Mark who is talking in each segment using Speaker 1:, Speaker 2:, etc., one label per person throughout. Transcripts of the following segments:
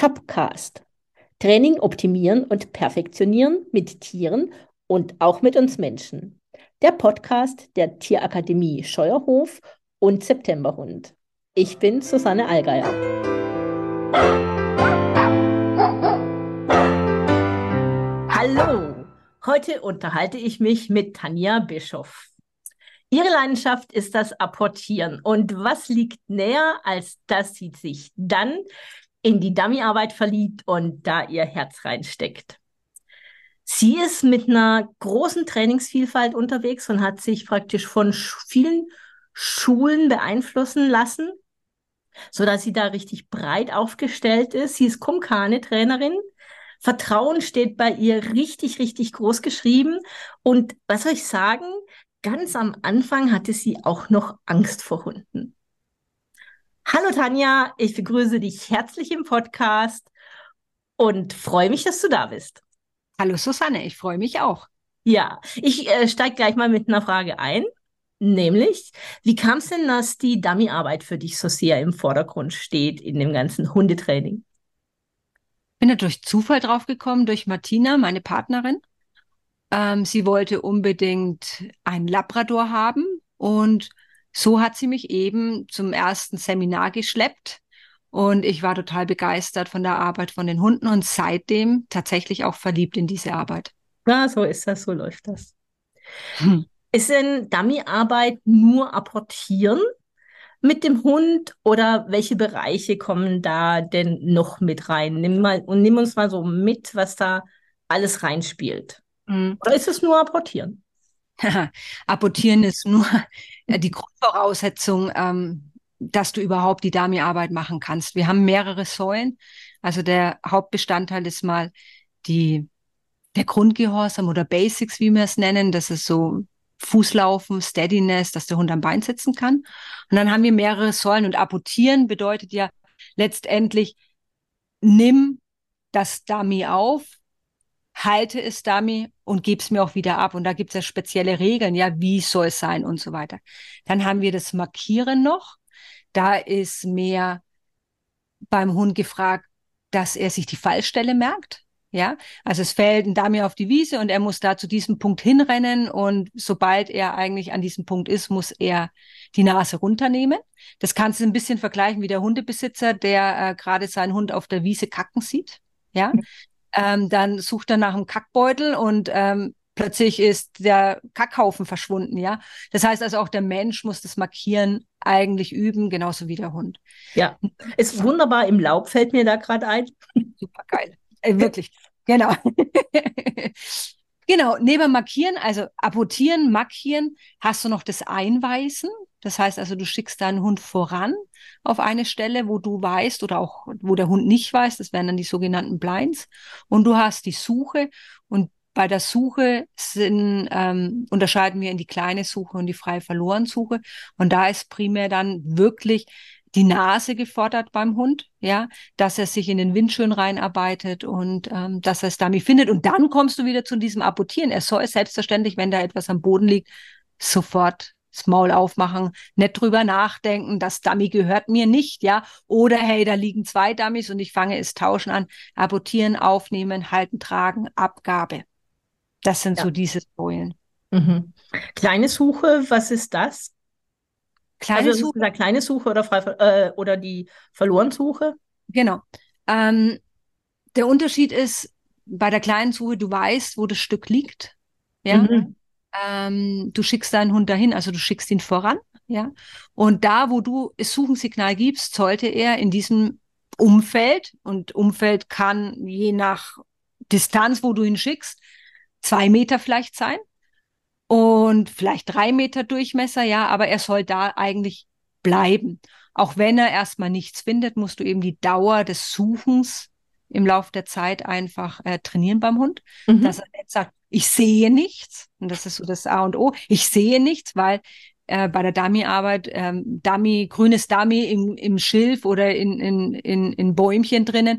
Speaker 1: Topcast. Training optimieren und perfektionieren mit Tieren und auch mit uns Menschen. Der Podcast der Tierakademie Scheuerhof und Septemberhund. Ich bin Susanne Allgeier. Hallo, heute unterhalte ich mich mit Tanja Bischoff. Ihre Leidenschaft ist das Apportieren. Und was liegt näher, als dass sie sich dann in die Dummyarbeit verliebt und da ihr Herz reinsteckt? Sie ist mit einer großen Trainingsvielfalt unterwegs und hat sich praktisch von vielen Schulen beeinflussen lassen, sodass sie da richtig breit aufgestellt ist. Sie ist Kumkane-Trainerin. Vertrauen steht bei ihr richtig, richtig groß geschrieben. Und was soll ich sagen? Ganz am Anfang hatte sie auch noch Angst vor Hunden. Hallo Tanja, ich begrüße dich herzlich im Podcast und freue mich, dass du da bist.
Speaker 2: Hallo Susanne, ich freue mich auch.
Speaker 1: Ja, ich steige gleich mal mit einer Frage ein, nämlich, wie kam es denn, dass die Dummyarbeit für dich so sehr im Vordergrund steht in dem ganzen Hundetraining?
Speaker 2: Bin da durch Zufall drauf gekommen, durch Martina, meine Partnerin. Sie wollte unbedingt einen Labrador haben und so hat sie mich eben zum ersten Seminar geschleppt und ich war total begeistert von der Arbeit von den Hunden und seitdem tatsächlich auch verliebt in diese Arbeit.
Speaker 1: Ja, so ist das, so läuft das.
Speaker 2: Hm.
Speaker 1: Ist denn Dummyarbeit nur apportieren mit dem Hund oder welche Bereiche kommen da denn noch mit rein? Nimm uns mal so mit, was da alles reinspielt.
Speaker 2: Hm.
Speaker 1: Oder ist es nur apportieren?
Speaker 2: Apportieren ist nur die Grundvoraussetzung, dass du überhaupt die Dummy-Arbeit machen kannst. Wir haben mehrere Säulen. Also der Hauptbestandteil ist mal der Grundgehorsam oder Basics, wie wir es nennen. Das ist so Fußlaufen, Steadiness, dass der Hund am Bein sitzen kann. Und dann haben wir mehrere Säulen und apportieren bedeutet ja letztendlich, nimm das Dummy auf, halte es Dummy und gib es mir auch wieder ab. Und da gibt es ja spezielle Regeln, ja, wie soll es sein und so weiter. Dann haben wir das Markieren noch. Da ist mehr beim Hund gefragt, dass er sich die Fallstelle merkt. Ja, also es fällt ein Dummy auf die Wiese und er muss da zu diesem Punkt hinrennen und sobald er eigentlich an diesem Punkt ist, muss er die Nase runternehmen. Das kannst du ein bisschen vergleichen wie der Hundebesitzer, der gerade seinen Hund auf der Wiese kacken sieht. Ja, dann sucht er nach einem Kackbeutel und plötzlich ist der Kackhaufen verschwunden. Ja, das heißt also auch der Mensch muss das Markieren eigentlich üben, genauso wie der Hund.
Speaker 1: Ja, ist wunderbar im Laub, fällt mir da gerade ein.
Speaker 2: Super geil. Wirklich. Genau. Genau, neben Markieren, also apportieren, markieren, hast du noch das Einweisen. Das heißt also, du schickst deinen Hund voran auf eine Stelle, wo du weißt oder auch wo der Hund nicht weiß. Das wären dann die sogenannten Blinds. Und du hast die Suche. Und bei der Suche unterscheiden wir in die kleine Suche und die Frei-Verloren-Suche. Und da ist primär dann wirklich die Nase gefordert beim Hund, ja, dass er sich in den Windschuhen reinarbeitet und dass er es damit findet. Und dann kommst du wieder zu diesem Apportieren. Er soll selbstverständlich, wenn da etwas am Boden liegt, sofort das Maul aufmachen, nicht drüber nachdenken, das Dummy gehört mir nicht, ja. Oder hey, da liegen zwei Dummies und ich fange es tauschen an. Apportieren, aufnehmen, halten, tragen, Abgabe. Das sind so
Speaker 1: Ja.
Speaker 2: diese Säulen.
Speaker 1: Mhm. Kleine Suche, was ist das? Also
Speaker 2: Kleine
Speaker 1: das ist
Speaker 2: Suche,
Speaker 1: eine kleine Suche oder die Verlorensuche?
Speaker 2: genau. Ähm, Der Unterschied ist, bei der kleinen Suche, du weißt, wo das Stück liegt. Ja,
Speaker 1: Mhm.
Speaker 2: du schickst deinen Hund dahin, also du schickst ihn voran. Ja, und da, wo du das Suchensignal gibst, sollte er in diesem Umfeld, und Umfeld kann je nach Distanz, wo du ihn schickst, 2 Meter vielleicht sein und vielleicht 3 Meter Durchmesser, ja, aber er soll da eigentlich bleiben. Auch wenn er erstmal nichts findet, musst du eben die Dauer des Suchens im Laufe der Zeit einfach trainieren beim Hund, dass
Speaker 1: Mhm.
Speaker 2: er nicht sagt, ich sehe nichts. Und das ist so das A und O. Ich sehe nichts, weil bei der Dummy-Arbeit, grünes Dummy im Schilf oder in Bäumchen drinnen,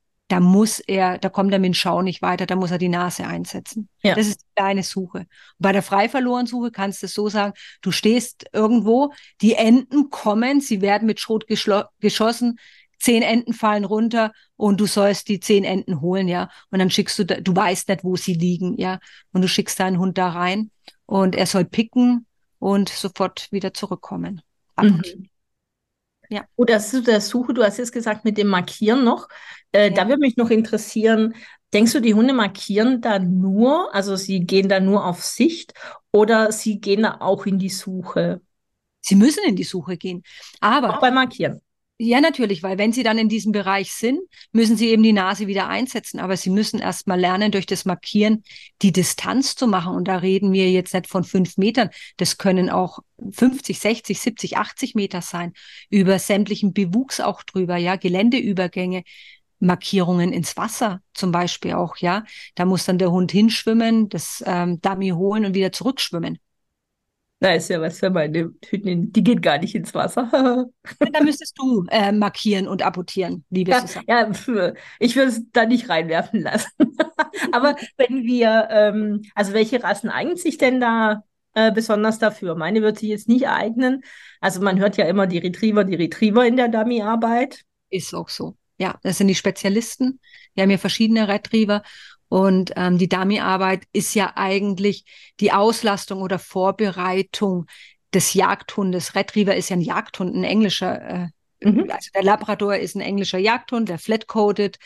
Speaker 2: da kommt er mit dem Schau nicht weiter, da muss er die Nase einsetzen.
Speaker 1: Ja.
Speaker 2: Das ist deine Suche. Und bei der Frei-Verloren-Suche kannst du es so sagen, du stehst irgendwo, die Enten kommen, sie werden mit Schrot geschossen, 10 Enten fallen runter und du sollst die 10 Enten holen, ja. Und dann schickst du weißt nicht, wo sie liegen, ja. Und du schickst deinen Hund da rein und er soll picken und sofort wieder zurückkommen.
Speaker 1: Mhm.
Speaker 2: Ja.
Speaker 1: Oder zu der Suche, du hast jetzt gesagt, mit dem Markieren noch. Da würde mich noch interessieren, denkst du, die Hunde markieren da nur, also sie gehen da nur auf Sicht oder sie gehen da auch in die Suche?
Speaker 2: Sie müssen in die Suche gehen. Aber
Speaker 1: Auch beim Markieren.
Speaker 2: ja, natürlich, weil wenn sie dann in diesem Bereich sind, müssen sie eben die Nase wieder einsetzen. Aber sie müssen erst mal lernen, durch das Markieren die Distanz zu machen. Und da reden wir jetzt nicht von 5 Metern. Das können auch 50, 60, 70, 80 Meter sein. Über sämtlichen Bewuchs auch drüber, ja, Geländeübergänge, Markierungen ins Wasser zum Beispiel auch, ja. Da muss dann der Hund hinschwimmen, das Dummy holen und wieder zurückschwimmen.
Speaker 1: Da ist ja was für meine Hündin, die geht gar nicht ins Wasser.
Speaker 2: Da müsstest du markieren und apportieren, liebe
Speaker 1: Ja,
Speaker 2: Susanne.
Speaker 1: ja, ich würde es da nicht reinwerfen lassen. Aber wenn wir, also welche Rassen eignen sich denn da besonders dafür? Meine wird sich jetzt nicht eignen. Also man hört ja immer die Retriever in der Dummy-Arbeit.
Speaker 2: Ist auch so. Ja, das sind die Spezialisten. Wir haben ja verschiedene Retriever. Und die Dummy-Arbeit ist ja eigentlich die Auslastung oder Vorbereitung des Jagdhundes. Retriever ist ja ein Jagdhund, ein englischer.
Speaker 1: Mhm.
Speaker 2: Also der Labrador ist ein englischer Jagdhund, der flat-coated.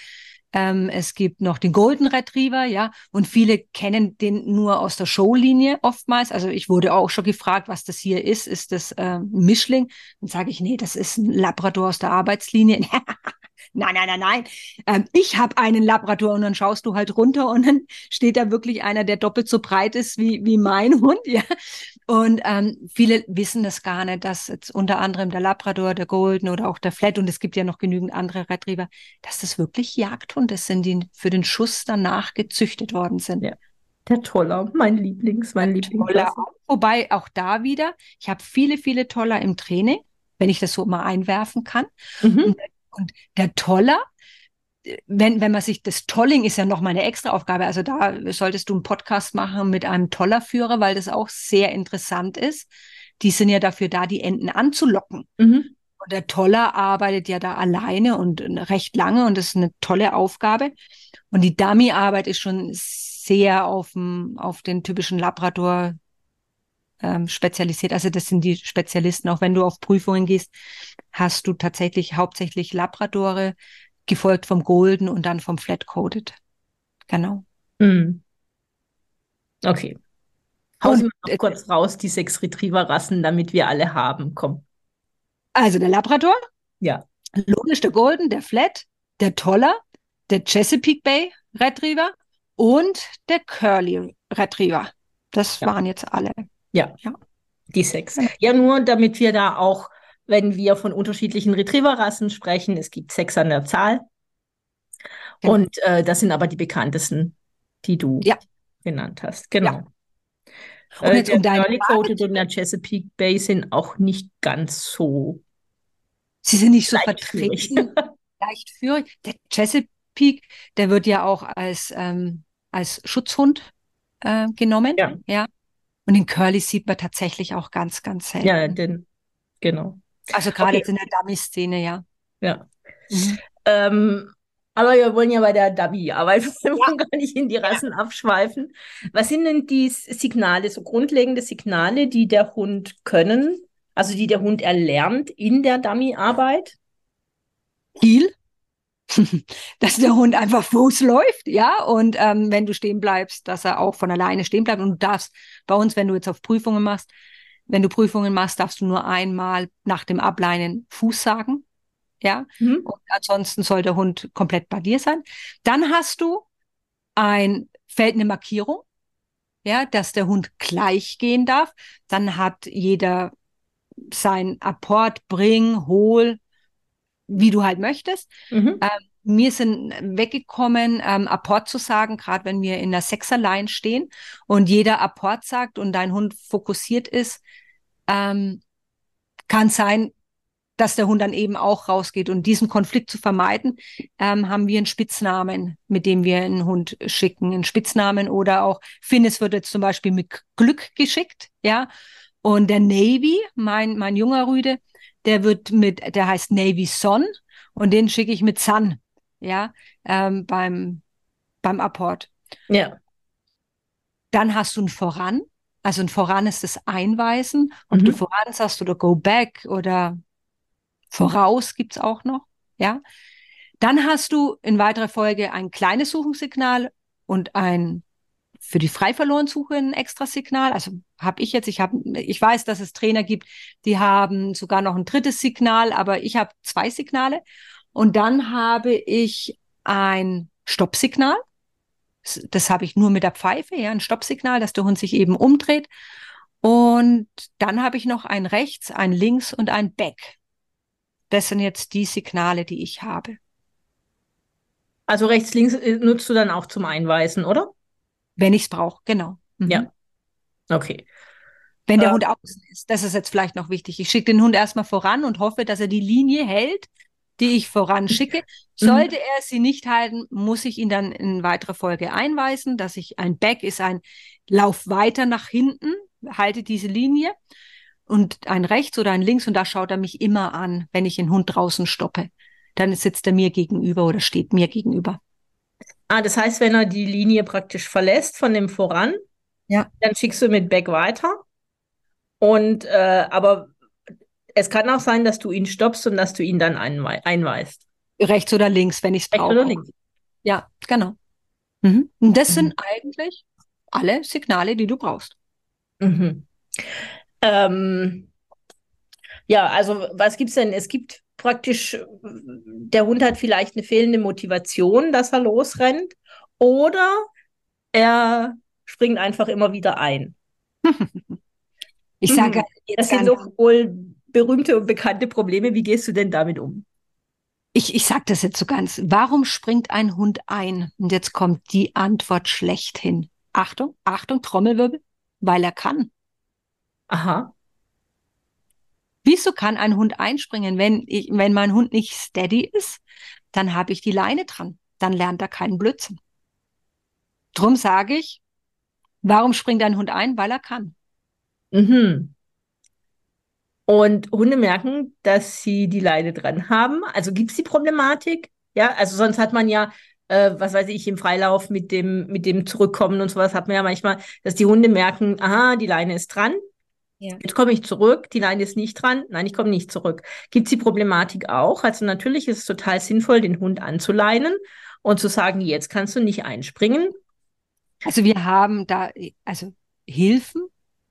Speaker 2: Es gibt noch den Golden Retriever, ja, und viele kennen den nur aus der Showlinie oftmals. Also ich wurde auch schon gefragt, was das hier ist. Ist das ein Mischling? Dann sage ich, nee, das ist ein Labrador aus der Arbeitslinie. Nein, nein, nein, nein. Ich habe einen Labrador und dann schaust du halt runter und dann steht da wirklich einer, der doppelt so breit ist wie mein Hund, ja. Und viele wissen das gar nicht, dass jetzt unter anderem der Labrador, der Golden oder auch der Flat und es gibt ja noch genügend andere Retriever, dass das wirklich Jagdhunde sind, die für den Schuss danach gezüchtet worden sind.
Speaker 1: Ja. Der Toller, mein
Speaker 2: Toller
Speaker 1: Lieblingsrasse.
Speaker 2: auch. Wobei auch da wieder, ich habe viele, viele Toller im Training, wenn ich das so mal einwerfen kann.
Speaker 1: Mhm.
Speaker 2: Und der Toller, wenn man sich, das Tolling ist ja nochmal eine extra Aufgabe. Also da solltest du einen Podcast machen mit einem Tollerführer, weil das auch sehr interessant ist. Die sind ja dafür da, die Enten anzulocken.
Speaker 1: Mhm.
Speaker 2: Und der Toller arbeitet ja da alleine und recht lange und das ist eine tolle Aufgabe. Und die Dummy-Arbeit ist schon sehr auf den typischen Labrador spezialisiert. Also das sind die Spezialisten. Auch wenn du auf Prüfungen gehst, hast du tatsächlich hauptsächlich Labradore, gefolgt vom Golden und dann vom Flat-Coated. Genau.
Speaker 1: Mhm. Okay. Hauen Sie
Speaker 2: Und
Speaker 1: mal noch kurz raus, die 6 Retriever-Rassen, damit wir alle haben. Komm.
Speaker 2: also der Labrador,
Speaker 1: Ja.
Speaker 2: logisch der Golden, der Flat, der Toller, der Chesapeake Bay Retriever und der Curly Retriever. Das
Speaker 1: Ja.
Speaker 2: waren jetzt alle.
Speaker 1: Ja.
Speaker 2: Ja.
Speaker 1: Die 6.
Speaker 2: Genau.
Speaker 1: Ja, nur damit wir da auch, wenn wir von unterschiedlichen Retriever-Rassen sprechen, es gibt 6 an der Zahl.
Speaker 2: Genau.
Speaker 1: Und das sind aber die bekanntesten, die du
Speaker 2: Ja.
Speaker 1: genannt hast.
Speaker 2: Ja.
Speaker 1: Genau.
Speaker 2: Und jetzt
Speaker 1: Der
Speaker 2: um deine
Speaker 1: Curly
Speaker 2: Frage
Speaker 1: Coated und der Chesapeake Bay sind auch nicht ganz so
Speaker 2: Sie sind nicht so
Speaker 1: leichtführig.
Speaker 2: vertreten, leichtführig. Der Chesapeake, der wird ja auch als Schutzhund genommen.
Speaker 1: Ja,
Speaker 2: Ja. Und den Curly sieht man tatsächlich auch ganz, ganz
Speaker 1: ja,
Speaker 2: selten.
Speaker 1: genau.
Speaker 2: Also gerade
Speaker 1: Okay,
Speaker 2: jetzt in der Dummy-Szene, ja.
Speaker 1: ja.
Speaker 2: Mhm.
Speaker 1: Aber wir wollen ja bei der Dummy-Arbeit wir
Speaker 2: Ja,
Speaker 1: wollen gar nicht in die
Speaker 2: ja.
Speaker 1: Rassen abschweifen. Was sind denn die Signale, so grundlegende Signale, die der Hund können, also die der Hund erlernt in der Dummy-Arbeit?
Speaker 2: Heel, dass der Hund einfach Fuß läuft, ja. Und wenn du stehen bleibst, dass er auch von alleine stehen bleibt. Und du darfst bei uns, wenn du jetzt auf Prüfungen machst, wenn du Prüfungen machst, darfst du nur einmal nach dem Ableinen Fuß sagen. Ja,
Speaker 1: Mhm.
Speaker 2: und ansonsten soll der Hund komplett bei dir sein. Dann hast du ein Feld, eine Markierung, ja, dass der Hund gleich gehen darf. Dann hat jeder sein Apport, bring, hol, wie du halt möchtest.
Speaker 1: Mhm.
Speaker 2: Mir sind weggekommen, Apport zu sagen, gerade wenn wir in der Sechserline stehen und jeder Apport sagt und dein Hund fokussiert ist, kann sein, dass der Hund dann eben auch rausgeht. Und diesen Konflikt zu vermeiden, haben wir einen Spitznamen, mit dem wir einen Hund schicken. Einen Spitznamen oder auch, Finnis wird jetzt zum Beispiel mit Glück geschickt, ja. Und der Navy, mein junger Rüde, der heißt Navy Son. und den schicke ich mit Sun, ja, beim Apport.
Speaker 1: Ja.
Speaker 2: Dann hast du ein Voran. Also ein Voran ist das Einweisen. Ob du
Speaker 1: Mhm.
Speaker 2: Voran sagst oder Go Back oder Voraus gibt es auch noch. Ja. Dann hast du in weiterer Folge ein kleines Suchungssignal und ein für die Freiverloren-Suche ein Extrasignal. Also habe ich jetzt, ich weiß, dass es Trainer gibt, die haben sogar noch ein drittes Signal, aber ich habe 2 Signale. Und dann habe ich ein Stoppsignal. Das habe ich nur mit der Pfeife, ja, ein Stoppsignal, dass der Hund sich eben umdreht. Und dann habe ich noch ein Rechts, ein Links und ein Back. Das sind jetzt die Signale, die ich habe.
Speaker 1: Also rechts, links nutzt du dann auch zum Einweisen, oder?
Speaker 2: Wenn ich es brauche, genau. Mhm.
Speaker 1: Ja, okay.
Speaker 2: Wenn der
Speaker 1: Äh,
Speaker 2: Hund außen ist, das ist jetzt vielleicht noch wichtig. Ich schicke den Hund erstmal voran und hoffe, dass er die Linie hält, die ich voranschicke.
Speaker 1: mhm.
Speaker 2: Sollte er sie nicht halten, muss ich ihn dann in weitere Folge einweisen, dass ich ein Back ist ein Lauf weiter nach hinten, halte diese Linie und ein rechts oder ein links und da schaut er mich immer an, wenn ich den Hund draußen stoppe. Dann sitzt er mir gegenüber oder steht mir gegenüber.
Speaker 1: Ah, das heißt, wenn er die Linie praktisch verlässt von dem Voran,
Speaker 2: Ja.
Speaker 1: dann schickst du mit Back weiter. Und aber es kann auch sein, dass du ihn stoppst und dass du ihn dann einweist.
Speaker 2: Rechts oder links, wenn ich es
Speaker 1: Rechts oder
Speaker 2: brauche.
Speaker 1: links?
Speaker 2: Ja, genau. Mhm. Und das
Speaker 1: Mhm.
Speaker 2: sind eigentlich alle Signale, die du brauchst.
Speaker 1: Mhm. Ähm, ja, also was gibt's denn? Es gibt praktisch, der Hund hat vielleicht eine fehlende Motivation, dass er losrennt, oder er springt einfach immer wieder ein.
Speaker 2: Ich sage
Speaker 1: Mhm. Das
Speaker 2: jetzt
Speaker 1: sind
Speaker 2: ganz,
Speaker 1: doch wohl berühmte und bekannte Probleme. Wie gehst du denn damit um?
Speaker 2: ich sage das jetzt so ganz. Warum springt ein Hund ein? Und jetzt kommt die Antwort schlechthin. Achtung, Achtung, Trommelwirbel, weil er kann.
Speaker 1: Aha.
Speaker 2: Wieso kann ein Hund einspringen, wenn mein Hund nicht steady ist? Dann habe ich die Leine dran. Dann lernt er keinen Blödsinn. Drum sage ich, warum springt ein Hund ein? Weil er kann.
Speaker 1: Mhm. Und Hunde merken, dass sie die Leine dran haben. Also gibt es die Problematik? Ja, also sonst hat man ja, was weiß ich, im Freilauf mit dem Zurückkommen und sowas hat man ja manchmal, dass die Hunde merken, aha, die Leine ist dran.
Speaker 2: Ja.
Speaker 1: Jetzt komme ich zurück, die Leine ist nicht dran. Nein, ich komme nicht zurück. Gibt es die Problematik auch? Also natürlich ist es total sinnvoll, den Hund anzuleinen und zu sagen, jetzt kannst du nicht einspringen.
Speaker 2: Also wir haben da, also Hilfen.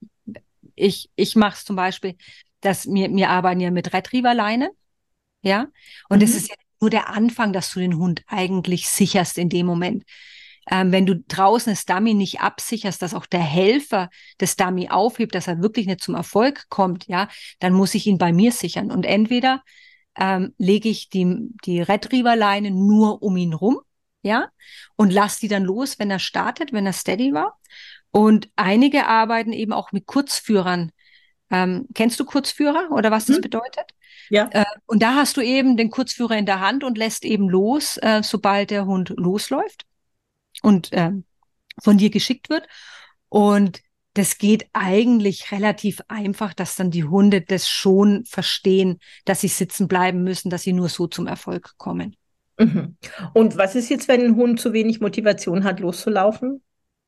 Speaker 2: Ich mache es zum Beispiel, dass wir arbeiten ja mit Retrieverleine, ja. Und es
Speaker 1: Mhm.
Speaker 2: ist ja nur der Anfang, dass du den Hund eigentlich sicherst in dem Moment. Wenn du draußen das Dummy nicht absicherst, dass auch der Helfer das Dummy aufhebt, dass er wirklich nicht zum Erfolg kommt, ja, dann muss ich ihn bei mir sichern. Und entweder lege ich die Retrieverleine nur um ihn rum, ja, und lass die dann los, wenn er startet, wenn er steady war. Und einige arbeiten eben auch mit Kurzführern. Kennst du Kurzführer oder was das
Speaker 1: Mhm.
Speaker 2: bedeutet?
Speaker 1: Ja.
Speaker 2: Und da hast du eben den Kurzführer in der Hand und lässt eben los, sobald der Hund losläuft und von dir geschickt wird. Und das geht eigentlich relativ einfach, dass dann die Hunde das schon verstehen, dass sie sitzen bleiben müssen, dass sie nur so zum Erfolg kommen.
Speaker 1: Mhm. Und was ist jetzt, wenn ein Hund zu wenig Motivation hat, loszulaufen?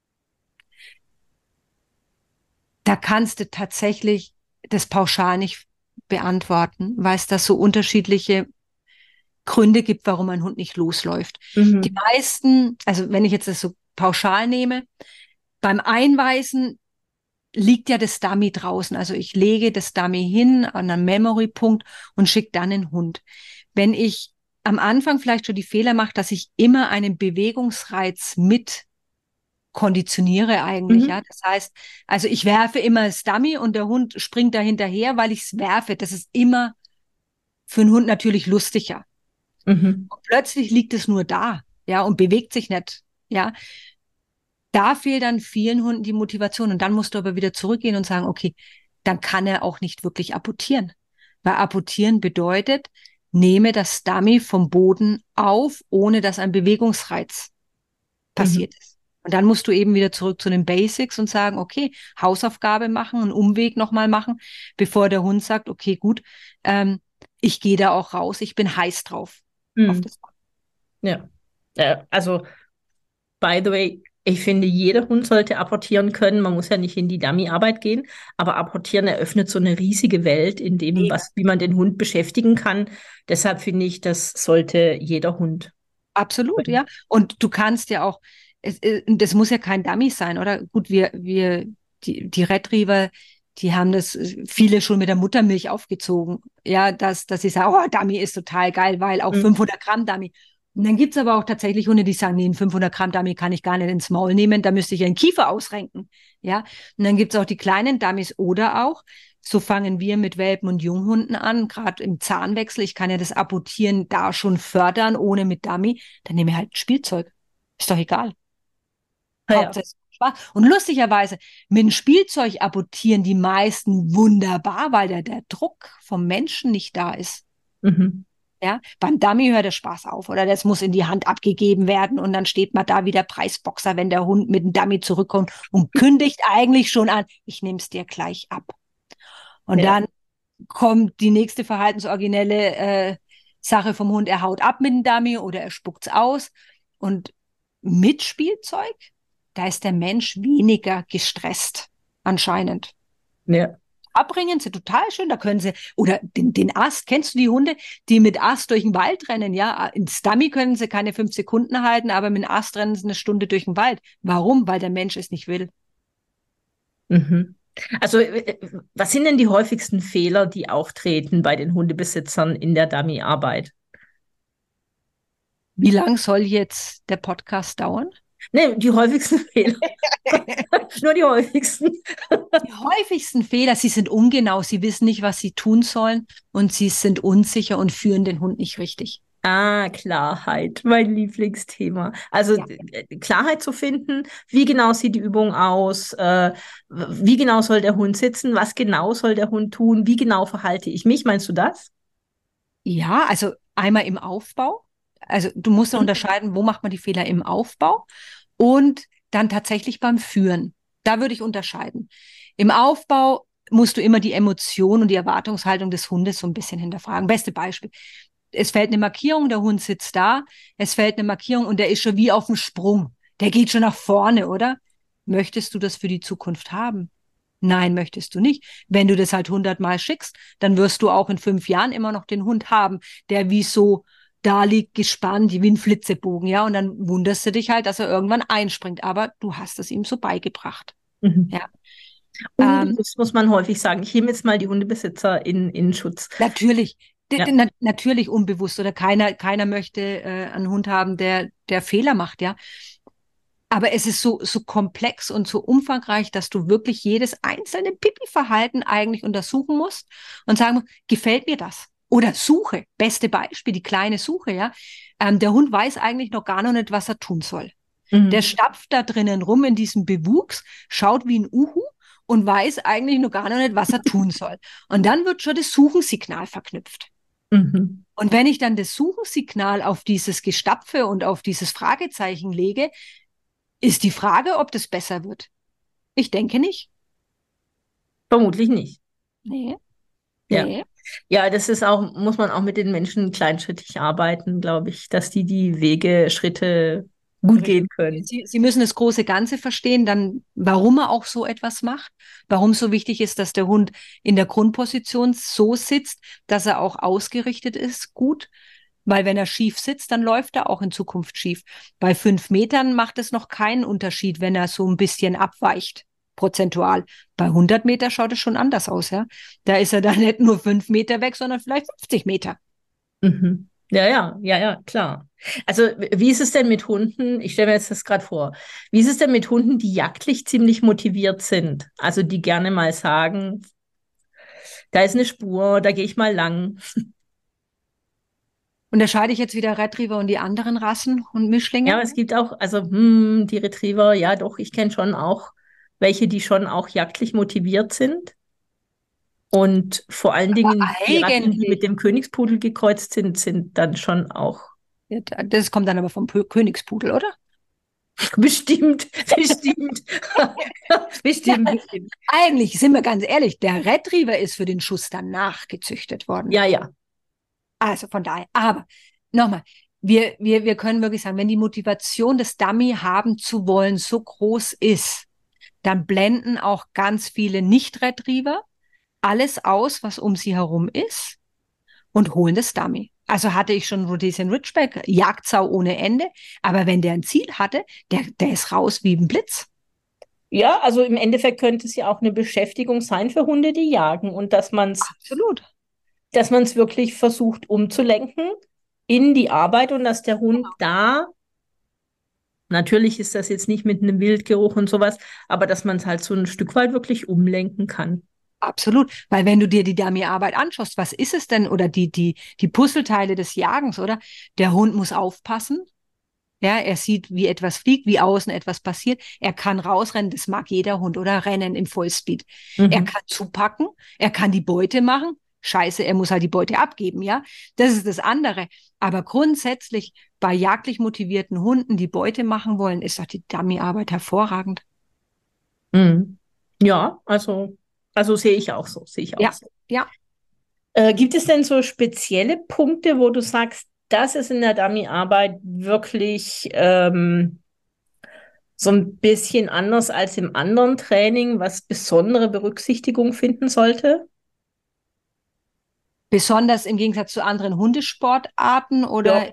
Speaker 2: Da kannst du tatsächlich das pauschal nicht beantworten, weil es da so unterschiedliche Gründe gibt, warum ein Hund nicht losläuft. Die
Speaker 1: Mhm.
Speaker 2: meisten, also wenn ich jetzt das so pauschal nehme, beim Einweisen liegt ja das Dummy draußen. Also ich lege das Dummy hin an einen Memory-Punkt und schicke dann den Hund. Wenn ich am Anfang vielleicht schon die Fehler mache, dass ich immer einen Bewegungsreiz mit konditioniere eigentlich,
Speaker 1: Mhm.
Speaker 2: ja. Das heißt, also ich werfe immer das Dummy und der Hund springt da hinterher, weil ich es werfe. Das ist immer für einen Hund natürlich lustiger.
Speaker 1: Mhm.
Speaker 2: Und plötzlich liegt es nur da, ja, und bewegt sich nicht, ja. Da fehlt dann vielen Hunden die Motivation. Und dann musst du aber wieder zurückgehen und sagen, okay, dann kann er auch nicht wirklich apportieren. Weil apportieren bedeutet, nehme das Dummy vom Boden auf, ohne dass ein Bewegungsreiz
Speaker 1: Mhm.
Speaker 2: passiert ist. Und dann musst du eben wieder zurück zu den Basics und sagen, okay, Hausaufgabe machen, einen Umweg nochmal machen, bevor der Hund sagt, okay, gut, ich gehe da auch raus, ich bin heiß drauf. auf
Speaker 1: Mhm.
Speaker 2: das.
Speaker 1: Ja. Also, by the way, ich finde, jeder Hund sollte apportieren können. Man muss ja nicht in die Dummy-Arbeit gehen, aber apportieren eröffnet so eine riesige Welt in dem,
Speaker 2: Mega.
Speaker 1: wie man den Hund beschäftigen kann. Deshalb finde ich, das sollte jeder Hund
Speaker 2: Absolut,
Speaker 1: können.
Speaker 2: ja. Und du kannst ja auch, das muss ja kein Dummy sein, oder? Gut, die Retriever, die haben das viele schon mit der Muttermilch aufgezogen. Ja, dass sie sagen, oh, Dummy ist total geil, weil auch
Speaker 1: Mhm.
Speaker 2: 500 Gramm Dummy. Und dann gibt es aber auch tatsächlich Hunde, die sagen, nee, ein 500 Gramm Dummy kann ich gar nicht ins Maul nehmen, da müsste ich ja den Kiefer ausrenken. Ja, und dann gibt es auch die kleinen Dummies oder auch, so fangen wir mit Welpen und Junghunden an, gerade im Zahnwechsel. Ich kann ja das Apportieren da schon fördern, ohne mit Dummy. Dann nehme ich halt Spielzeug. Ist doch egal.
Speaker 1: Ah, ja.
Speaker 2: Hauptsache es macht Spaß. Und lustigerweise, mit dem Spielzeug apportieren die meisten wunderbar, weil der Druck vom Menschen nicht da ist.
Speaker 1: Mhm.
Speaker 2: Ja, beim Dummy hört der Spaß auf oder das muss in die Hand abgegeben werden und dann steht man da wie der Preisboxer, wenn der Hund mit dem Dummy zurückkommt und kündigt eigentlich schon an, ich nehme es dir gleich ab. Und
Speaker 1: Ja.
Speaker 2: dann kommt die nächste verhaltensoriginelle Sache vom Hund, er haut ab mit dem Dummy oder er spuckt's aus. Und mit Spielzeug, da ist der Mensch weniger gestresst, anscheinend.
Speaker 1: Ja.
Speaker 2: Abbringen sie total schön, da können sie, oder den Ast, kennst du die Hunde, die mit Ast durch den Wald rennen, ja? Ins Dummy können sie keine 5 Sekunden halten, aber mit dem Ast rennen sie eine Stunde durch den Wald. Warum? Weil der Mensch es nicht will.
Speaker 1: Mhm. Also, was sind denn die häufigsten Fehler, die auftreten bei den Hundebesitzern in der Dummy-Arbeit?
Speaker 2: Wie lang soll jetzt der Podcast dauern?
Speaker 1: Ne, die häufigsten Fehler. Nur die häufigsten.
Speaker 2: Die häufigsten Fehler, sie sind ungenau, sie wissen nicht, was sie tun sollen und sie sind unsicher und führen den Hund nicht richtig.
Speaker 1: Ah, Klarheit, mein Lieblingsthema. Also
Speaker 2: Ja.
Speaker 1: Klarheit zu finden, wie genau sieht die Übung aus, wie genau soll der Hund sitzen, was genau soll der Hund tun, wie genau verhalte ich mich, meinst du das?
Speaker 2: Ja, also einmal im Aufbau. Also du musst ja
Speaker 1: Mhm.
Speaker 2: unterscheiden, wo macht man die Fehler im Aufbau und dann tatsächlich beim Führen. Da würde ich unterscheiden. Im Aufbau musst du immer die Emotion und die Erwartungshaltung des Hundes so ein bisschen hinterfragen. Beste Beispiel. Es fällt eine Markierung, der Hund sitzt da, es fällt eine Markierung und der ist schon wie auf dem Sprung. Der geht schon nach vorne, oder? Möchtest du das für die Zukunft haben? Nein, möchtest du nicht. Wenn du das halt 100-mal schickst, dann wirst du auch in 5 Jahren immer noch den Hund haben, der wie so da liegt, gespannt, wie ein Flitzebogen, ja. Und dann wunderst du dich halt, dass er irgendwann einspringt. Aber du hast es ihm so beigebracht,
Speaker 1: Mhm.
Speaker 2: ja. Ähm,
Speaker 1: Unbewusst muss man häufig sagen. Ich nehme jetzt mal die Hundebesitzer in Schutz.
Speaker 2: natürlich,
Speaker 1: Ja.
Speaker 2: natürlich unbewusst oder keiner möchte einen Hund haben, der Fehler macht, ja. Aber es ist so komplex und so umfangreich, dass du wirklich jedes einzelne Pipi-Verhalten eigentlich untersuchen musst und sagen musst, gefällt mir das? Oder Suche, beste Beispiel, die kleine Suche, ja. Der Hund weiß eigentlich noch nicht, was er tun soll. Der
Speaker 1: Mhm.
Speaker 2: stapft da drinnen rum in diesem Bewuchs, schaut wie ein Uhu und weiß eigentlich noch nicht, was er tun soll. Und dann wird schon das Suchensignal verknüpft.
Speaker 1: Mhm.
Speaker 2: Und wenn ich dann das Suchensignal auf dieses Gestapfe und auf dieses Fragezeichen lege, ist die Frage, ob das besser wird. Ich denke nicht.
Speaker 1: Vermutlich nicht.
Speaker 2: Nee,
Speaker 1: Ja.
Speaker 2: nee.
Speaker 1: Ja, das ist auch, muss man auch mit den Menschen kleinschrittig arbeiten, glaube ich, dass die Wege, Schritte gut
Speaker 2: Richtig.
Speaker 1: gehen können.
Speaker 2: Sie müssen das große Ganze verstehen, dann warum er auch so etwas macht, warum so wichtig ist, dass der Hund in der Grundposition so sitzt, dass er auch ausgerichtet ist, gut. Weil wenn er schief sitzt, dann läuft er auch in Zukunft schief. Bei 5 Metern macht es noch keinen Unterschied, wenn er so ein bisschen abweicht, prozentual. Bei 100 Meter schaut es schon anders aus, ja. Da ist er dann nicht nur 5 Meter weg, sondern vielleicht 50 Meter.
Speaker 1: Mhm. Ja, ja, ja, ja, klar. Also, wie ist es denn mit Hunden? Ich stelle mir jetzt das gerade vor. Wie ist es denn mit Hunden, die jagdlich ziemlich motiviert sind? Also, die gerne mal sagen, da ist eine Spur, da gehe ich mal lang.
Speaker 2: Unterscheide ich jetzt wieder Retriever und die anderen Rassen und
Speaker 1: Ja,
Speaker 2: Mischlinge?
Speaker 1: aber es gibt auch, also, die Retriever, ja, doch, ich kenne schon auch welche, die schon auch jagdlich motiviert sind. Und vor allen Dingen die Rassen, die mit
Speaker 2: Eigentlich.
Speaker 1: dem Königspudel gekreuzt sind, sind dann schon auch
Speaker 2: Ja, das kommt dann aber vom Königspudel, oder?
Speaker 1: bestimmt, bestimmt,
Speaker 2: Ja,
Speaker 1: bestimmt, bestimmt.
Speaker 2: eigentlich, sind wir ganz ehrlich, der Retriever ist für den Schuss danach gezüchtet worden.
Speaker 1: Ja, ja.
Speaker 2: Also von daher. Aber nochmal, wir können wirklich sagen, wenn die Motivation, das Dummy haben zu wollen, so groß ist, dann blenden auch ganz viele Nicht-Retriever alles aus, was um sie herum ist und holen das Dummy. Also hatte ich schon Rhodesian Ridgeback, Jagdsau ohne Ende, aber wenn der ein Ziel hatte, der ist raus wie ein Blitz.
Speaker 1: Ja, also im Endeffekt könnte es ja auch eine Beschäftigung sein für Hunde, die jagen und
Speaker 2: Absolut.
Speaker 1: dass man es wirklich versucht umzulenken in die Arbeit und dass der Hund da, natürlich ist das jetzt nicht mit einem Wildgeruch und sowas, aber dass man es halt so ein Stück weit wirklich umlenken kann.
Speaker 2: Absolut, weil wenn du dir die Dummy-Arbeit anschaust, was ist es denn oder die Puzzleteile des Jagens, oder? Der Hund muss aufpassen. Ja, er sieht, wie etwas fliegt, wie außen etwas passiert. Er kann rausrennen, das mag jeder Hund, oder rennen im Vollspeed. Er
Speaker 1: Mhm.
Speaker 2: kann zupacken, er kann die Beute machen. Scheiße, er muss halt die Beute abgeben, ja. Das ist das andere. Aber grundsätzlich bei jagdlich motivierten Hunden, die Beute machen wollen, ist doch die Dummy-Arbeit hervorragend.
Speaker 1: Mhm. Ja, also sehe ich auch so, sehe ich auch
Speaker 2: Ja,
Speaker 1: so.
Speaker 2: ja.
Speaker 1: Gibt es denn so spezielle Punkte, wo du sagst, das ist in der Dummy-Arbeit wirklich so ein bisschen anders als im anderen Training, was besondere Berücksichtigung finden sollte?
Speaker 2: Besonders im Gegensatz zu anderen Hundesportarten oder
Speaker 1: Ja.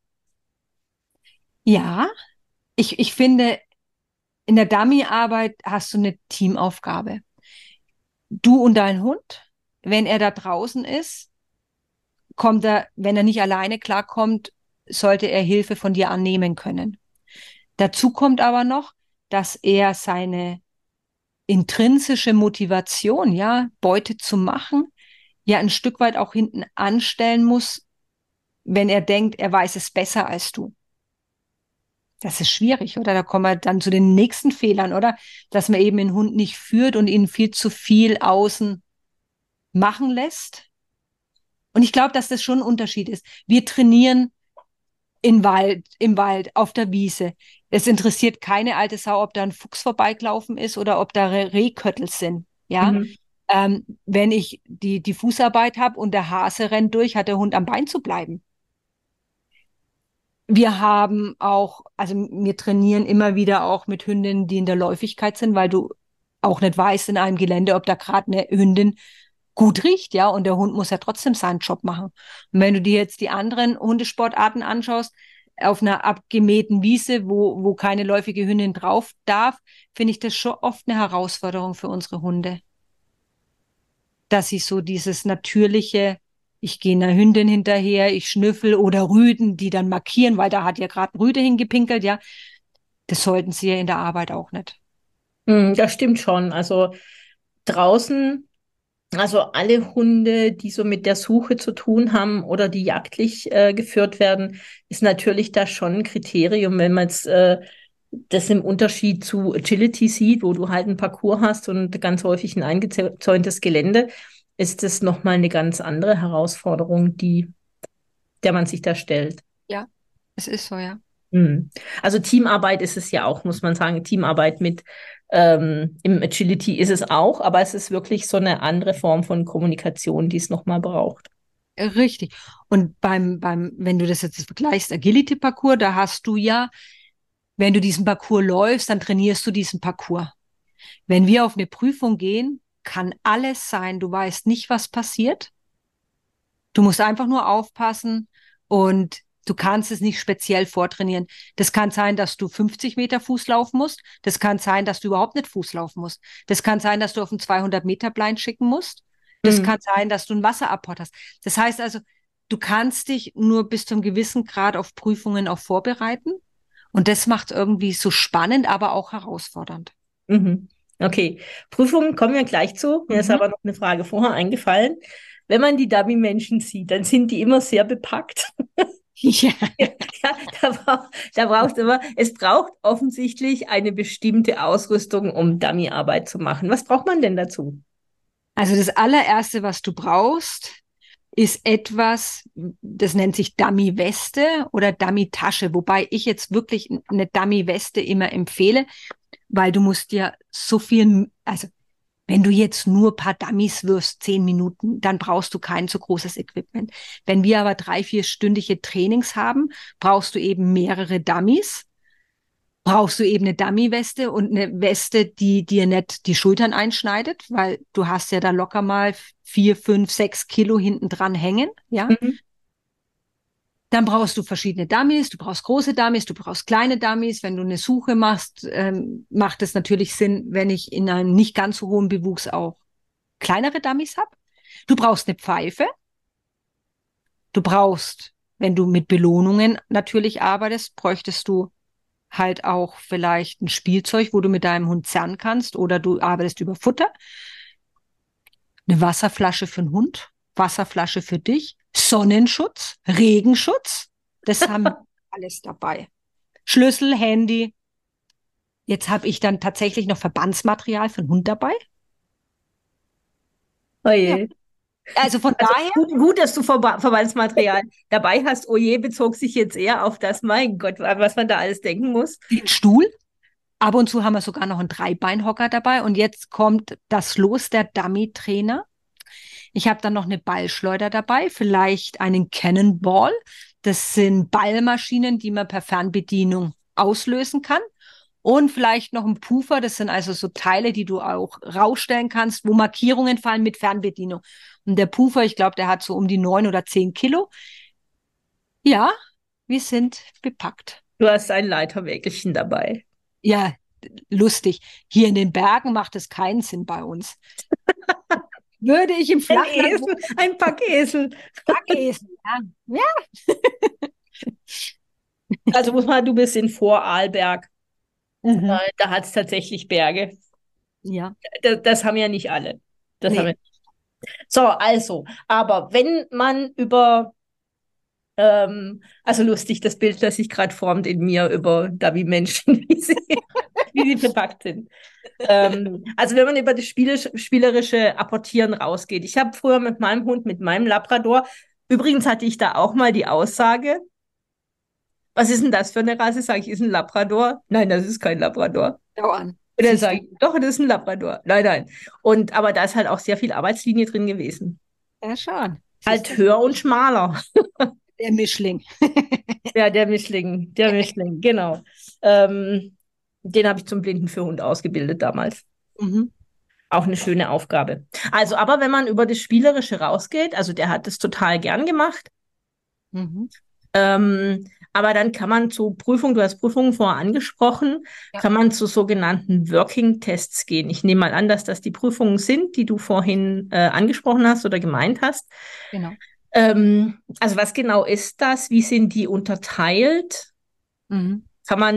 Speaker 2: ja, ich finde, in der Dummy-Arbeit hast du eine Teamaufgabe. Du und dein Hund, wenn er da draußen ist, kommt er, wenn er nicht alleine klarkommt, sollte er Hilfe von dir annehmen können. Dazu kommt aber noch, dass er seine intrinsische Motivation, ja, Beute zu machen, ja ein Stück weit auch hinten anstellen muss, wenn er denkt, er weiß es besser als du. Das ist schwierig, oder? Da kommen wir dann zu den nächsten Fehlern, oder? Dass man eben den Hund nicht führt und ihn viel zu viel außen machen lässt. Und ich glaube, dass das schon ein Unterschied ist. Wir trainieren im Wald, auf der Wiese. Es interessiert keine alte Sau, ob da ein Fuchs vorbeigelaufen ist oder ob da Rehköttel sind. Ja,
Speaker 1: Mhm.
Speaker 2: wenn ich die Fußarbeit habe und der Hase rennt durch, hat der Hund am Bein zu bleiben. Wir haben auch, also wir trainieren immer wieder auch mit Hündinnen, die in der Läufigkeit sind, weil du auch nicht weißt in einem Gelände, ob da gerade eine Hündin gut riecht, ja, und der Hund muss ja trotzdem seinen Job machen. Und wenn du dir jetzt die anderen Hundesportarten anschaust, auf einer abgemähten Wiese, wo keine läufige Hündin drauf darf, finde ich das schon oft eine Herausforderung für unsere Hunde, dass sie so dieses natürliche, ich gehe einer Hündin hinterher, ich schnüffel oder Rüden, die dann markieren, weil da hat ja gerade ein Rüde hingepinkelt, ja, das sollten sie ja in der Arbeit auch nicht.
Speaker 1: Das stimmt schon. Also draußen, also alle Hunde, die so mit der Suche zu tun haben oder die jagdlich geführt werden, ist natürlich da schon ein Kriterium, wenn man jetzt das im Unterschied zu Agility sieht, wo du halt einen Parcours hast und ganz häufig ein eingezäuntes Gelände, ist das nochmal eine ganz andere Herausforderung, der man sich da stellt.
Speaker 2: Ja, es ist so, ja.
Speaker 1: Mhm. Also Teamarbeit ist es ja auch, muss man sagen. Teamarbeit mit im Agility ist es auch, aber es ist wirklich so eine andere Form von Kommunikation, die es nochmal braucht.
Speaker 2: Richtig. Und wenn du das jetzt vergleichst, Agility-Parcours, da hast du ja, wenn du diesen Parcours läufst, dann trainierst du diesen Parcours. Wenn wir auf eine Prüfung gehen, kann alles sein. Du weißt nicht, was passiert. Du musst einfach nur aufpassen und du kannst es nicht speziell vortrainieren. Das kann sein, dass du 50 Meter Fuß laufen musst. Das kann sein, dass du überhaupt nicht Fuß laufen musst. Das kann sein, dass du auf einen 200 Meter Blind schicken musst. Das
Speaker 1: Mhm.
Speaker 2: kann sein, dass du einen Wasserabbord hast. Das heißt also, du kannst dich nur bis zum gewissen Grad auf Prüfungen auch vorbereiten. Und das macht es irgendwie so spannend, aber auch herausfordernd.
Speaker 1: Mhm. Okay, Prüfungen kommen wir gleich zu. Mir ist
Speaker 2: Mhm.
Speaker 1: aber noch eine Frage vorher eingefallen. Wenn man die Dummy-Menschen sieht, dann sind die immer sehr bepackt.
Speaker 2: Ja.
Speaker 1: Ja, da braucht immer, es braucht offensichtlich eine bestimmte Ausrüstung, um Dummy-Arbeit zu machen. Was braucht man denn dazu?
Speaker 2: Also das allererste, was du brauchst, ist etwas, das nennt sich Dummy-Weste oder Dummy-Tasche, wobei ich jetzt wirklich eine Dummy-Weste immer empfehle, weil du musst ja so viel, also Wenn du jetzt nur ein paar Dummies wirfst, 10 Minuten, dann brauchst du kein so großes Equipment. Wenn wir aber 3-4-stündige Trainings haben, brauchst du eben mehrere Dummies. Brauchst du eben eine Dummy-Weste und eine Weste, die dir nicht die Schultern einschneidet, weil du hast ja da locker mal 4, 5, 6 Kilo hinten dran hängen, ja.
Speaker 1: Mhm.
Speaker 2: Dann brauchst du verschiedene Dummies, du brauchst große Dummies, du brauchst kleine Dummies. Wenn du eine Suche machst, macht es natürlich Sinn, wenn ich in einem nicht ganz so hohen Bewuchs auch kleinere Dummies habe. Du brauchst eine Pfeife. Du brauchst, wenn du mit Belohnungen natürlich arbeitest, bräuchtest du halt auch vielleicht ein Spielzeug, wo du mit deinem Hund zerren kannst, oder du arbeitest über Futter. Eine Wasserflasche für den Hund, Wasserflasche für dich, Sonnenschutz, Regenschutz, das haben wir alles dabei. Schlüssel, Handy. Jetzt habe ich dann tatsächlich noch Verbandsmaterial für den Hund dabei.
Speaker 1: Oh
Speaker 2: Ja,
Speaker 1: je.
Speaker 2: also von
Speaker 1: Also
Speaker 2: daher,
Speaker 1: gut, dass du Verbandsmaterial dabei hast. Oh je, bezog sich jetzt eher auf das, mein Gott, an was man da alles denken muss.
Speaker 2: den Stuhl. Ab und zu haben wir sogar noch einen Dreibeinhocker dabei. Und jetzt kommt das Los, der Dummy-Trainer. Ich habe dann noch eine Ballschleuder dabei, vielleicht einen Cannonball. Das sind Ballmaschinen, die man per Fernbedienung auslösen kann. Und vielleicht noch ein Puffer. Das sind also so Teile, die du auch rausstellen kannst, wo Markierungen fallen mit Fernbedienung. Und der Puffer, ich glaube, der hat so um die 9 oder 10 Kilo. Ja, wir sind bepackt.
Speaker 1: Du hast ein Leiterwägelchen dabei.
Speaker 2: Ja, lustig. Hier in den Bergen macht es keinen Sinn bei uns. Würde ich im
Speaker 1: Ein
Speaker 2: Flachland
Speaker 1: Esel, ein Packesel.
Speaker 2: Packesel, ja.
Speaker 1: Also du bist in Vorarlberg.
Speaker 2: Mhm.
Speaker 1: Da hat es tatsächlich Berge.
Speaker 2: Ja,
Speaker 1: Das haben ja nicht alle. Das haben
Speaker 2: nee.
Speaker 1: wir. So, also, aber wenn man also lustig, das Bild, das sich gerade formt in mir über da wie Menschen, wie sie verpackt sind. Also wenn man über das spielerische Apportieren rausgeht. Ich habe früher mit meinem Hund, mit meinem Labrador, übrigens hatte ich da auch mal die Aussage, was ist denn das für eine Rasse? Sage ich, ist ein Labrador? Nein, das ist kein Labrador.
Speaker 2: Schau an.
Speaker 1: Und dann
Speaker 2: Siehst
Speaker 1: sage
Speaker 2: du?
Speaker 1: ich, doch, das ist ein Labrador. Nein, nein. Aber da ist halt auch sehr viel Arbeitslinie drin gewesen.
Speaker 2: Ja, schau an. Siehst
Speaker 1: Halt
Speaker 2: du?
Speaker 1: höher und schmaler.
Speaker 2: Der Mischling.
Speaker 1: Ja, der Mischling, genau. Ähm, Den habe ich zum Blinden für Hund ausgebildet damals.
Speaker 2: Mhm.
Speaker 1: Auch eine schöne Aufgabe. Also, aber wenn man über das Spielerische rausgeht, also der hat das total gern gemacht.
Speaker 2: Mhm.
Speaker 1: Aber dann kann man zu Prüfungen, du hast Prüfungen vorher angesprochen,
Speaker 2: Ja,
Speaker 1: kann man zu sogenannten Working Tests gehen. Ich nehme mal an, dass das die Prüfungen sind, die du vorhin angesprochen hast oder gemeint hast.
Speaker 2: genau.
Speaker 1: Also was genau ist das? Wie sind die unterteilt?
Speaker 2: Mhm.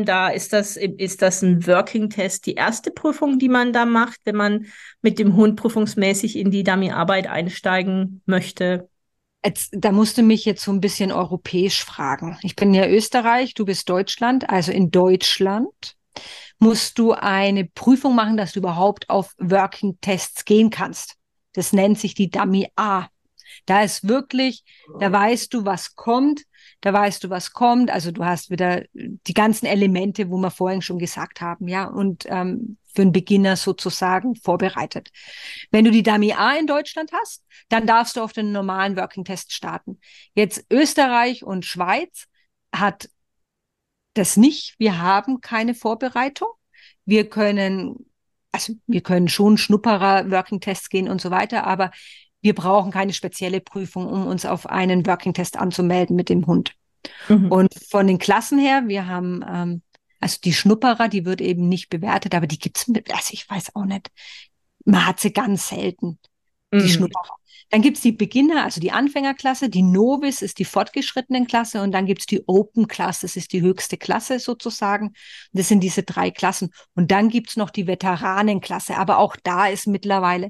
Speaker 1: Ist das ein Working Test, die erste Prüfung, die man da macht, wenn man mit dem Hund prüfungsmäßig in die Dummy-Arbeit einsteigen möchte?
Speaker 2: Jetzt, da musst du mich jetzt so ein bisschen europäisch fragen. Ich bin ja Österreich, du bist Deutschland. Also in Deutschland musst du eine Prüfung machen, dass du überhaupt auf Working Tests gehen kannst. Das nennt sich die Dummy A. Da ist wirklich, da weißt du, was kommt, da weißt du, was kommt. Also du hast wieder die ganzen Elemente, wo wir vorhin schon gesagt haben, ja, und für einen Beginner sozusagen vorbereitet. Wenn du die Dummy A in Deutschland hast, dann darfst du auf den normalen Working Test starten. Jetzt Österreich und Schweiz hat das nicht. Wir haben keine Vorbereitung. Wir können, also wir können schon Schnupperer Working Tests gehen und so weiter, aber wir brauchen keine spezielle Prüfung, um uns auf einen Working Test anzumelden mit dem Hund.
Speaker 1: Mhm.
Speaker 2: Und von den Klassen her, wir haben also die Schnupperer, die wird eben nicht bewertet, aber die gibt's mit, also ich weiß auch nicht. Man hat sie ganz selten, die
Speaker 1: Mhm.
Speaker 2: Schnupperer. Dann gibt's die Beginner, also die Anfängerklasse, die Novice ist die fortgeschrittenen Klasse und dann gibt's die Open Class, das ist die höchste Klasse sozusagen. Das sind diese 3 Klassen. Und dann gibt's noch die Veteranenklasse, aber auch da ist mittlerweile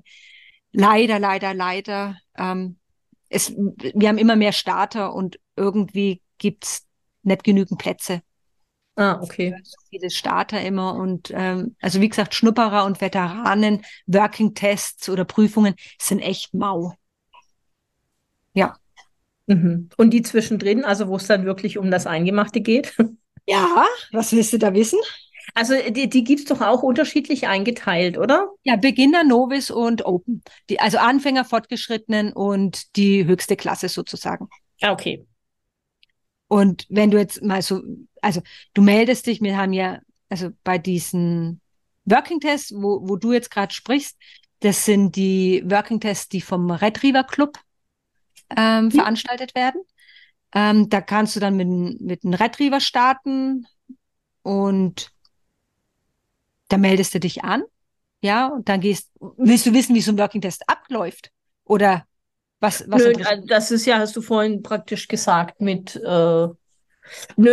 Speaker 2: leider, wir haben immer mehr Starter und irgendwie gibt's nicht genügend Plätze.
Speaker 1: Ah, okay.
Speaker 2: So viele Starter immer und also wie gesagt, Schnupperer und Veteranen, Working Tests oder Prüfungen sind echt mau. Ja.
Speaker 1: Mhm. Und die zwischendrin, also wo es dann wirklich um das Eingemachte geht?
Speaker 2: Ja, was willst du da wissen?
Speaker 1: Also die gibt es doch auch unterschiedlich eingeteilt, oder?
Speaker 2: Ja, Beginner, Novice und Open. Also Anfänger, Fortgeschrittenen und die höchste Klasse sozusagen.
Speaker 1: Ah, okay.
Speaker 2: Und wenn du jetzt mal so, also du meldest dich, wir haben ja, also bei diesen Working Tests, wo du jetzt gerade sprichst, das sind die Working Tests, die vom Retriever Club
Speaker 1: Hm?
Speaker 2: veranstaltet werden. Da kannst du dann mit einem Retriever starten und da meldest du dich an, ja, und dann willst du wissen, wie so ein Working Test abläuft? Oder was
Speaker 1: Nö,
Speaker 2: interessiert?
Speaker 1: das ist ja, hast du vorhin praktisch gesagt mit, nö,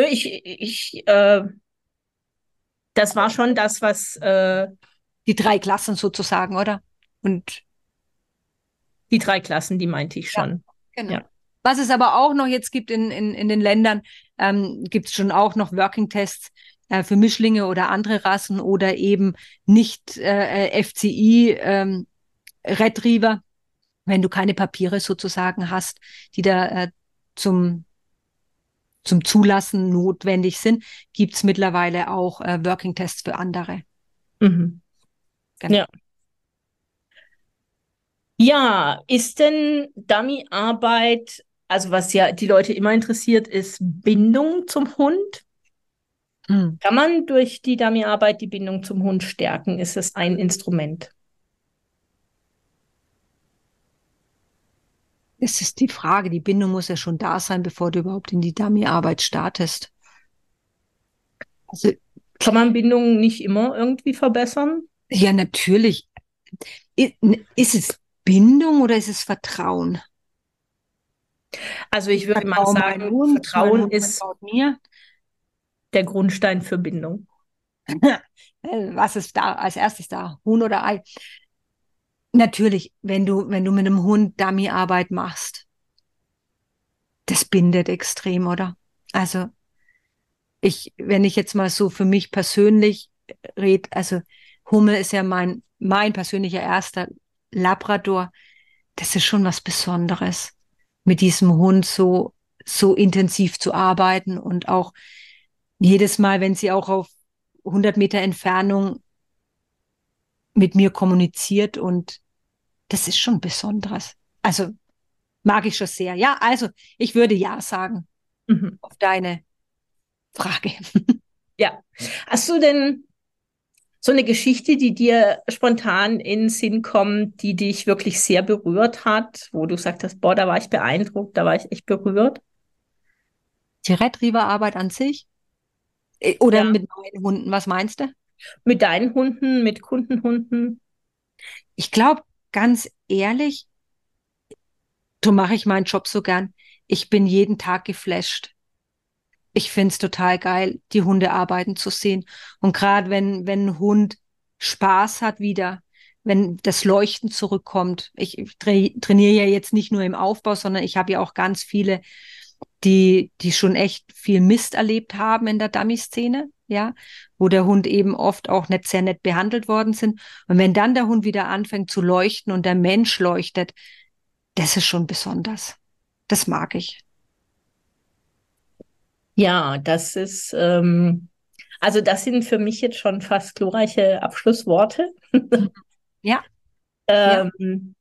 Speaker 1: das war schon das, was
Speaker 2: Die drei Klassen sozusagen, oder? Und
Speaker 1: die 3 Klassen, die meinte ich
Speaker 2: ja,
Speaker 1: schon.
Speaker 2: genau.
Speaker 1: Ja.
Speaker 2: Was es aber auch noch jetzt gibt in den Ländern, gibt es schon auch noch Working Tests für Mischlinge oder andere Rassen oder eben nicht FCI Retriever, wenn du keine Papiere sozusagen hast, die da zum, zum Zulassen notwendig sind, gibt es mittlerweile auch Working Tests für andere.
Speaker 1: Mhm.
Speaker 2: Genau.
Speaker 1: Ja. Ja, ist denn Dummy-Arbeit, also was ja die Leute immer interessiert, ist Bindung zum Hund?
Speaker 2: Hm.
Speaker 1: Kann man durch die Dummy-Arbeit die Bindung zum Hund stärken? Ist es ein Instrument?
Speaker 2: Das ist die Frage. Die Bindung muss ja schon da sein, bevor du überhaupt in die Dummy-Arbeit startest. Also,
Speaker 1: Kann man Bindungen nicht immer irgendwie verbessern?
Speaker 2: ja, natürlich. Ist es Bindung oder ist es Vertrauen?
Speaker 1: Also ich
Speaker 2: Ich
Speaker 1: würde mal
Speaker 2: vertraue meinem
Speaker 1: sagen,
Speaker 2: Hund, mein
Speaker 1: Vertrauen
Speaker 2: Hund
Speaker 1: ist
Speaker 2: vertraut mir.
Speaker 1: der Grundstein für Bindung.
Speaker 2: Was ist da als erstes da? Huhn oder Ei? Natürlich, wenn du mit einem Hund Dummy-Arbeit machst, das bindet extrem, oder? Also wenn ich jetzt mal so für mich persönlich rede, also Hummel ist ja mein persönlicher erster Labrador. Das ist schon was Besonderes, mit diesem Hund so intensiv zu arbeiten und auch jedes Mal, wenn sie auch auf 100 Meter Entfernung mit mir kommuniziert und das ist schon Besonderes. Also mag ich schon sehr. Ja, also ich würde ja sagen
Speaker 1: Mhm.
Speaker 2: auf deine Frage.
Speaker 1: Ja. Hast du denn so eine Geschichte, die dir spontan in den Sinn kommt, die dich wirklich sehr berührt hat, wo du sagst, boah, da war ich beeindruckt, da war ich echt berührt?
Speaker 2: Die Retriever-Arbeit an sich oder
Speaker 1: Ja.
Speaker 2: mit meinen Hunden, was meinst du?
Speaker 1: Mit deinen Hunden, mit Kundenhunden?
Speaker 2: Ich glaube, ganz ehrlich, darum mache ich meinen Job so gern. Ich bin jeden Tag geflasht. Ich finde es total geil, die Hunde arbeiten zu sehen. Und gerade wenn ein Hund Spaß hat wieder, wenn das Leuchten zurückkommt. Ich trainiere ja jetzt nicht nur im Aufbau, sondern ich habe ja auch ganz viele, die schon echt viel Mist erlebt haben in der Dummy-Szene, ja, wo der Hund eben oft auch nicht sehr nett behandelt worden sind. Und wenn dann der Hund wieder anfängt zu leuchten und der Mensch leuchtet, das ist schon besonders. Das mag ich.
Speaker 1: Ja, also das sind für mich jetzt schon fast glorreiche Abschlussworte.
Speaker 2: Ja, ja.
Speaker 1: Ähm,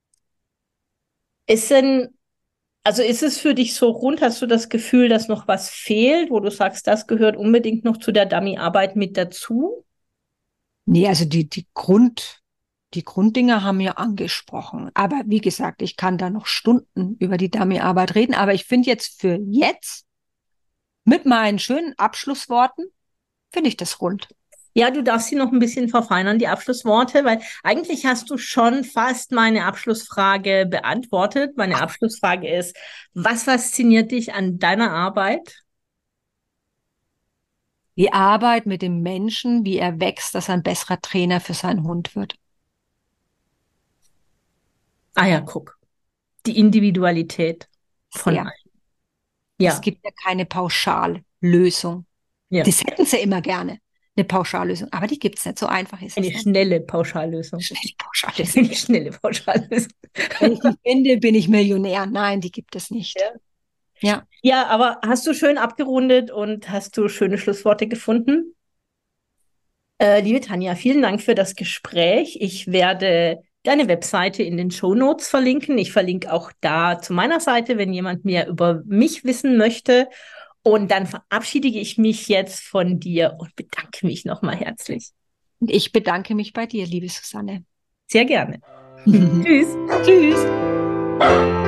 Speaker 1: ist denn, also ist es für dich so rund, hast du das Gefühl, dass noch was fehlt, wo du sagst, das gehört unbedingt noch zu der Dummy-Arbeit mit dazu?
Speaker 2: Nee, also die Grunddinger haben wir angesprochen. Aber wie gesagt, ich kann da noch Stunden über die Dummy-Arbeit reden. Aber ich finde jetzt für jetzt mit meinen schönen Abschlussworten, finde ich das rund.
Speaker 1: Ja, du darfst sie noch ein bisschen verfeinern, die Abschlussworte, weil eigentlich hast du schon fast meine Abschlussfrage beantwortet. Meine Abschlussfrage ist, was fasziniert dich an deiner Arbeit?
Speaker 2: Die Arbeit mit dem Menschen, wie er wächst, dass er ein besserer Trainer für seinen Hund wird.
Speaker 1: Ah ja, guck, die Individualität von
Speaker 2: Sehr.
Speaker 1: allen.
Speaker 2: Es
Speaker 1: Ja,
Speaker 2: gibt ja keine Pauschallösung.
Speaker 1: ja.
Speaker 2: Das hätten sie immer gerne, eine Pauschallösung. Aber die gibt es nicht. So einfach ist
Speaker 1: Eine
Speaker 2: es nicht.
Speaker 1: schnelle Pauschallösung.
Speaker 2: Schnell Pauschallösung.
Speaker 1: Eine schnelle Pauschallösung.
Speaker 2: Wenn ich die finde, bin ich Millionär. Nein, die gibt es nicht.
Speaker 1: Ja.
Speaker 2: Ja.
Speaker 1: Ja, aber hast du schön abgerundet und hast du schöne Schlussworte gefunden? Liebe Tanja, vielen Dank für das Gespräch. Ich werde deine Webseite in den Shownotes verlinken. Ich verlinke auch da zu meiner Seite, wenn jemand mehr über mich wissen möchte. Und dann verabschiede ich mich jetzt von dir und bedanke mich nochmal herzlich.
Speaker 2: Ich bedanke mich bei dir, liebe Susanne.
Speaker 1: Sehr gerne. Tschüss.
Speaker 2: Tschüss.